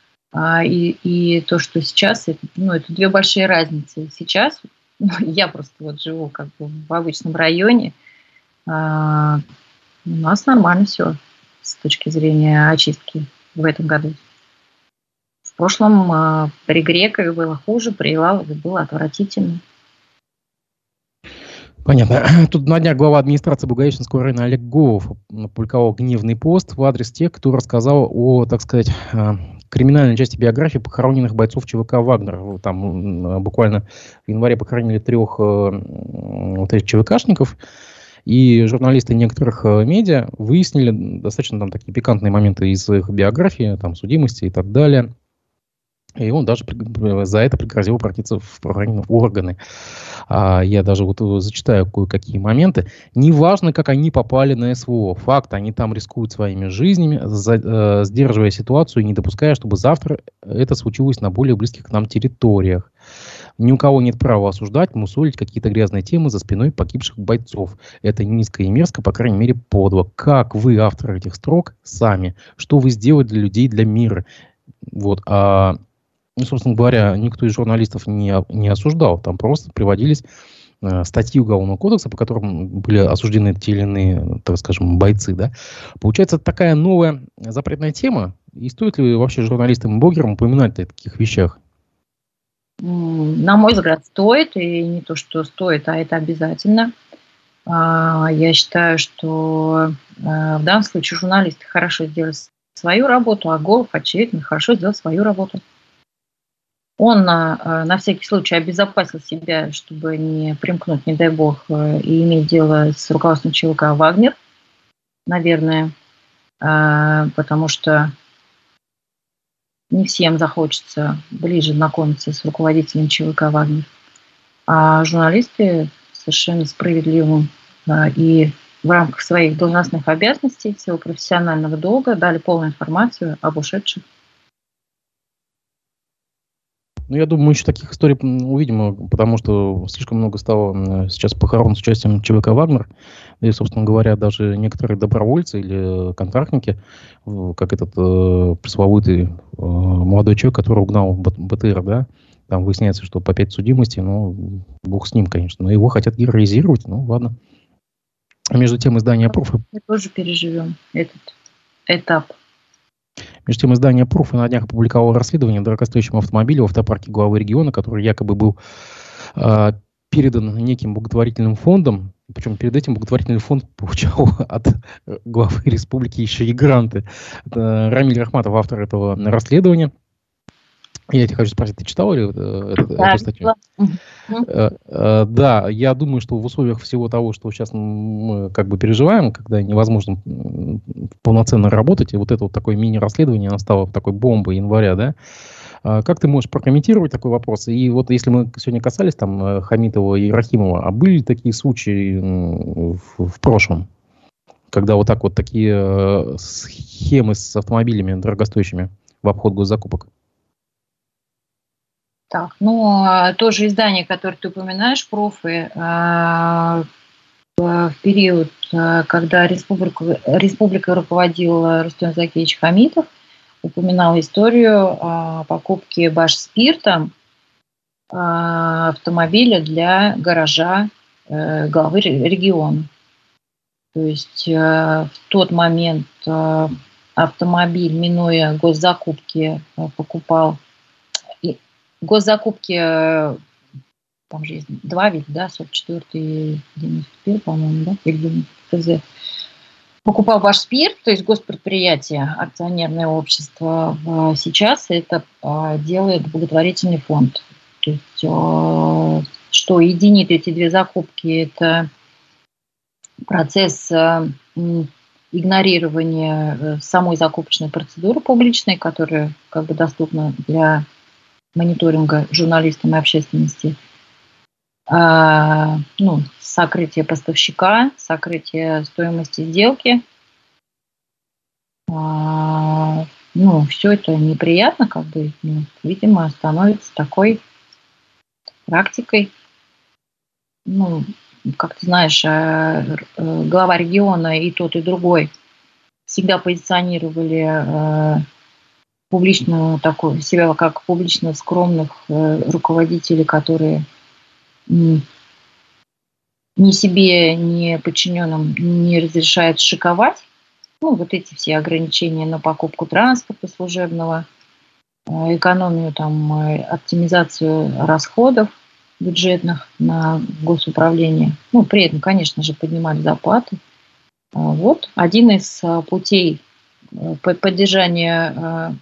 [SPEAKER 2] И то, что сейчас, это 2 большие разницы. Сейчас я просто живу в обычном районе. У нас нормально все с точки зрения очистки в этом году. В прошлом при Грекове было хуже, при Елалове было отвратительно.
[SPEAKER 1] Понятно. Тут на днях глава администрации Благовещенского района Олег Голов опубликовал гневный пост в адрес тех, кто рассказал о, так сказать, криминальной части биографии похороненных бойцов ЧВК «Вагнер». Там буквально в январе похоронили 3 ЧВКшников. И журналисты некоторых медиа выяснили достаточно там такие пикантные моменты из их биографии, там, судимости и так далее. И он даже за это пригрозил обратиться в правоохранительные органы. Я даже вот зачитаю кое-какие моменты. Неважно, как они попали на СВО. Факт, они там рискуют своими жизнями, сдерживая ситуацию и не допуская, чтобы завтра это случилось на более близких к нам территориях. Ни у кого нет права осуждать, мусолить какие-то грязные темы за спиной погибших бойцов. Это низко и мерзко, по крайней мере, подло. Как вы, авторы этих строк, сами? Что вы сделали для людей, для мира? Вот. Собственно говоря, никто из журналистов не осуждал. Там просто приводились статьи Уголовного кодекса, по которым были осуждены те или иные, так скажем, бойцы. Да? Получается, это такая новая запретная тема. И стоит ли вообще журналистам и блогерам упоминать о таких вещах?
[SPEAKER 2] На мой взгляд, стоит. И не то, что стоит, а это обязательно. Я считаю, что в данном случае журналисты хорошо сделали свою работу, а Голуб, очевидно, хорошо сделал свою работу. Он на всякий случай обезопасил себя, чтобы не примкнуть, не дай бог, и иметь дело с руководством ЧВК «Вагнер», наверное, потому что не всем захочется ближе знакомиться с руководителем ЧВК «Вагнер». А журналисты совершенно справедливо и в рамках своих должностных обязанностей, своего профессионального долга дали полную информацию об ушедших.
[SPEAKER 1] Ну, я думаю, мы еще таких историй увидим, потому что слишком много стало сейчас похорон с участием ЧВК «Вагнер». И, собственно говоря, даже некоторые добровольцы или контрактники, как этот пресловутый молодой человек, который угнал БТР, да, там выясняется, что по 5 судимостей, ну, бог с ним, конечно. Но его хотят героизировать, ну, ладно. А между тем издание «Пруф».
[SPEAKER 2] Мы тоже переживем этот этап.
[SPEAKER 1] Между тем, издание «Пруф» на днях опубликовало расследование о дорогостоящем автомобиле в автопарке главы региона, который якобы был передан неким благотворительным фондом. Причем перед этим благотворительный фонд получал от главы республики еще и гранты. Это Рамиль Рахматов, автор этого расследования. Я тебя хочу спросить, ты читал ли эту статью? Да, я думаю, что в условиях всего того, что сейчас мы как бы переживаем, когда невозможно полноценно работать, и вот это вот такое мини-расследование, оно стало такой бомбой января, да? Как ты можешь прокомментировать такой вопрос? И вот если мы сегодня касались там Хамитова и Рахимова, а были ли такие случаи в прошлом, когда вот так вот такие схемы с автомобилями дорогостоящими в обход госзакупок?
[SPEAKER 2] Так, то же издание, которое ты упоминаешь, «Профы», в период, когда республикой руководил Рустем Закиевич Хамитов, упоминал историю о покупке Башспирта автомобиля для гаража главы региона. То есть в тот момент автомобиль, минуя госзакупки, покупал. Госзакупки, там же есть два вида, да, 44-й, 91-й, по-моему, да, или ТЗ. Покупал Башспирт, то есть госпредприятие, акционерное общество. Сейчас это делает благотворительный фонд. То есть, что единит эти две закупки, это процесс игнорирования самой закупочной процедуры публичной, которая как бы доступна для мониторинга журналистам и общественности, сокрытие поставщика, сокрытие стоимости сделки. Все это неприятно, как бы, видимо, становится такой практикой. Как ты знаешь, глава региона и тот, и другой всегда позиционировали себя как публично скромных руководителей, которые ни себе, ни подчиненным не разрешают шиковать. Вот эти все ограничения на покупку транспорта служебного, экономию, оптимизацию расходов бюджетных на госуправление. При этом, конечно же, поднимали зарплаты. Вот один из путей поддержания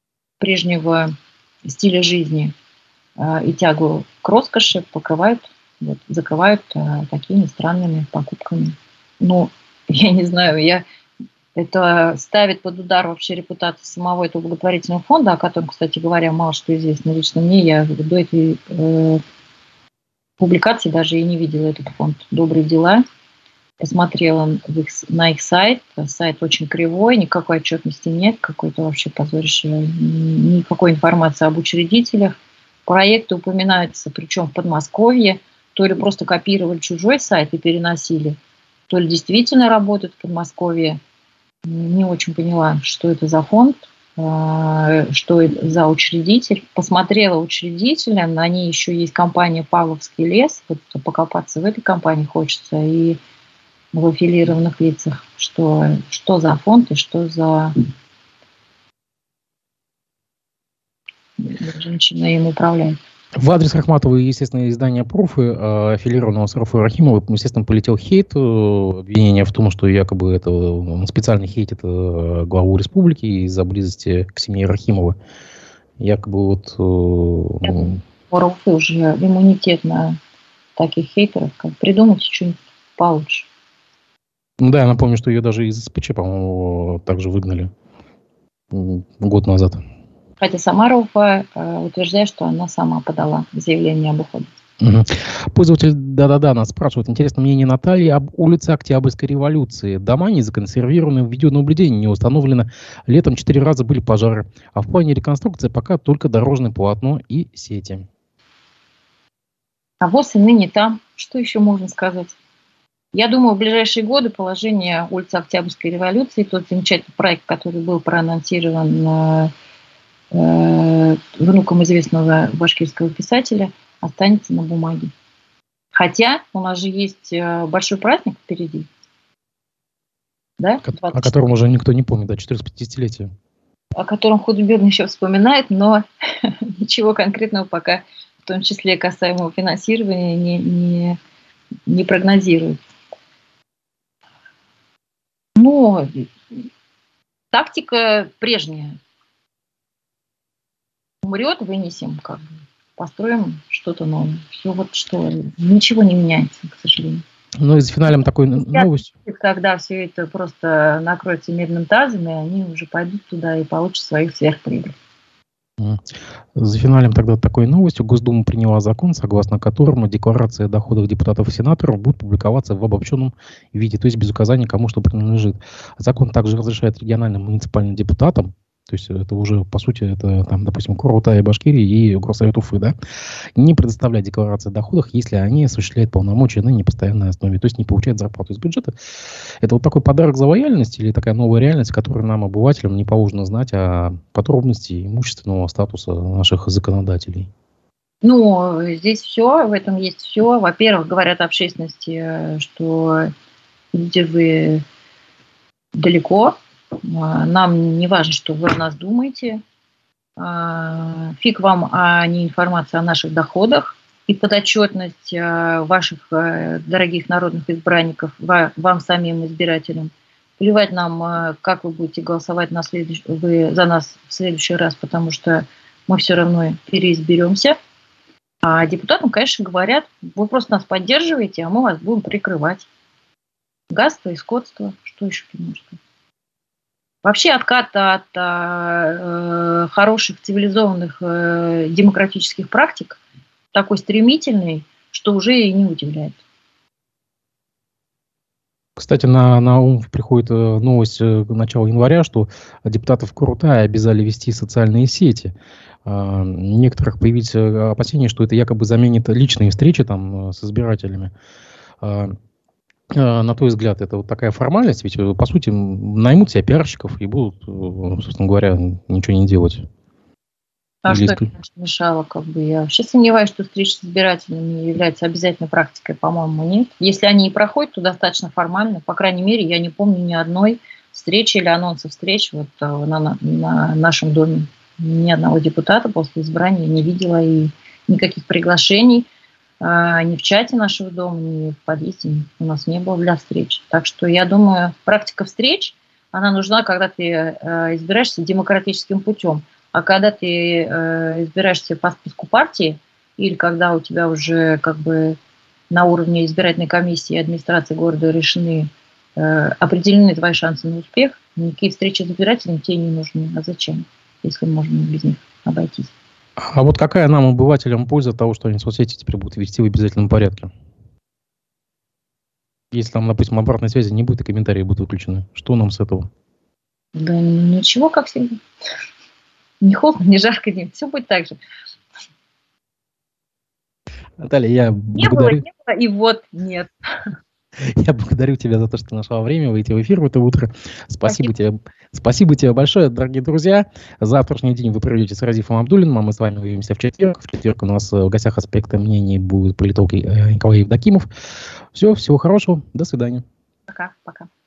[SPEAKER 2] прежнего стиля жизни и тягу к роскоши покрывают вот, закрывают такими странными покупками. Ну, я не знаю, это ставит под удар вообще репутацию самого этого благотворительного фонда, о котором, кстати говоря, мало что известно лично мне. Я до этой публикации даже и не видела этот фонд «Добрые дела». Посмотрела на их сайт. Сайт очень кривой, никакой отчетности нет, какой-то вообще позорище, никакой информации об учредителях. Проекты упоминаются, причем в Подмосковье. То ли просто копировали чужой сайт и переносили, то ли действительно работают в Подмосковье. Не очень поняла, что это за фонд, что это за учредитель. Посмотрела учредителя, на ней еще есть компания «Павловский лес». Вот покопаться в этой компании хочется и в аффилированных лицах, что за фонд и что за женщина им управляет.
[SPEAKER 1] В адрес Рахматовой, естественно, издания «Пруфы», аффилированного с Рафой Рахимовой, естественно, полетел хейт, обвинение в том, что якобы это он специально хейтит главу республики из-за близости к семье Рахимова. Якобы вот...
[SPEAKER 2] У Рафы уже иммунитет на таких хейтеров. Как придумайте что-нибудь получше.
[SPEAKER 1] Ну да, я напомню, что ее даже из СПЧ, по-моему, также выгнали год назад.
[SPEAKER 2] Хотя сама Рауфа утверждает, что она сама подала заявление об уходе.
[SPEAKER 1] Угу. Пользователь да-да-да нас спрашивает. Интересно мнение Натальи об улице Октябрьской революции. Дома не законсервированы, в видеонаблюдении не установлено. Летом 4 раза были пожары. А в плане реконструкции пока только дорожное полотно и сети.
[SPEAKER 2] А ВОЗ и ныне там. Что еще можно сказать? Я думаю, в ближайшие годы положение улицы Октябрьской революции, тот замечательный проект, который был проанонсирован внуком известного башкирского писателя, останется на бумаге. Хотя у нас же есть большой праздник впереди. Да?
[SPEAKER 1] О котором уже никто не помнит, да, 450-летие.
[SPEAKER 2] О котором худо-бедно еще вспоминает, но ничего конкретного пока, в том числе касаемого финансирования, не прогнозирует. Но тактика прежняя. Умрет, вынесем, построим что-то новое. Все вот что, ничего не меняется, к сожалению.
[SPEAKER 1] Ну и с финалем такой новостью.
[SPEAKER 2] Когда все это просто накроется медным тазом, и они уже пойдут туда и получат свою сверхприбыль.
[SPEAKER 1] За финалем тогда такой новостью. Госдума приняла закон, согласно которому декларации о доходах депутатов и сенаторов будут публиковаться в обобщенном виде, то есть без указания, кому что принадлежит. Закон также разрешает региональным муниципальным депутатам, то есть это уже, по сути, это, там, допустим, Курултая Башкирии и Горсовет Уфы, да, не предоставлять декларации о доходах, если они осуществляют полномочия на непостоянной основе, то есть не получают зарплату из бюджета. Это вот такой подарок за лояльность или такая новая реальность, которую нам, обывателям, не положено знать о подробности имущественного статуса наших законодателей?
[SPEAKER 2] Ну, здесь все, в этом есть все. Во-первых, говорят общественности, что идите вы далеко, нам не важно, что вы о нас думаете. Фиг вам, а не информация о наших доходах и подотчетность ваших дорогих народных избранников вам самим избирателям. Плевать нам, как вы будете голосовать за нас в следующий раз, потому что мы все равно переизберемся. А депутатам, конечно, говорят, вы просто нас поддерживаете, а мы вас будем прикрывать. Гадство и скотство, что еще можно сказать? Вообще откат от хороших, цивилизованных, демократических практик такой стремительный, что уже и не удивляет.
[SPEAKER 1] Кстати, на ум приходит новость начала января, что депутатов Курултая обязали вести социальные сети. Некоторых появились опасения, что это якобы заменит личные встречи там с избирателями. На твой взгляд, это вот такая формальность? Ведь, по сути, наймут себе пиарщиков и будут, собственно говоря, ничего не делать.
[SPEAKER 2] А что это мешало? Я вообще сомневаюсь, что встреча с избирателями является обязательной практикой, по-моему, нет. Если они и проходят, то достаточно формально. По крайней мере, я не помню ни одной встречи или анонса встреч вот на нашем доме. Ни одного депутата после избрания не видела, и никаких приглашений ни в чате нашего дома, ни в подъезде у нас не было для встреч. Так что я думаю, практика встреч, она нужна, когда ты избираешься демократическим путем. А когда ты избираешься по списку партии, или когда у тебя уже на уровне избирательной комиссии и администрации города определены твои шансы на успех, никакие встречи с избирателями тебе не нужны. А зачем, если можно без них обойтись?
[SPEAKER 1] А вот какая нам, обывателям, польза от того, что они соцсети теперь будут вести в обязательном порядке? Если там, допустим, обратной связи не будет и комментарии будут выключены, что нам с этого?
[SPEAKER 2] Да ничего, как всегда. Не холодно, не жарко, все будет так же.
[SPEAKER 1] Наталья, я
[SPEAKER 2] не
[SPEAKER 1] благодарю.
[SPEAKER 2] Не было, и вот нет.
[SPEAKER 1] Я благодарю тебя за то, что ты нашла время выйти в эфир в это утро. Спасибо тебе большое, дорогие друзья. Завтрашний день вы проведете с Разифом Абдуллиным, а мы с вами увидимся в четверг. В четверг у нас в гостях «Аспекта мнений» будет политолог Николай Евдокимов. Всего хорошего. До свидания.
[SPEAKER 2] Пока.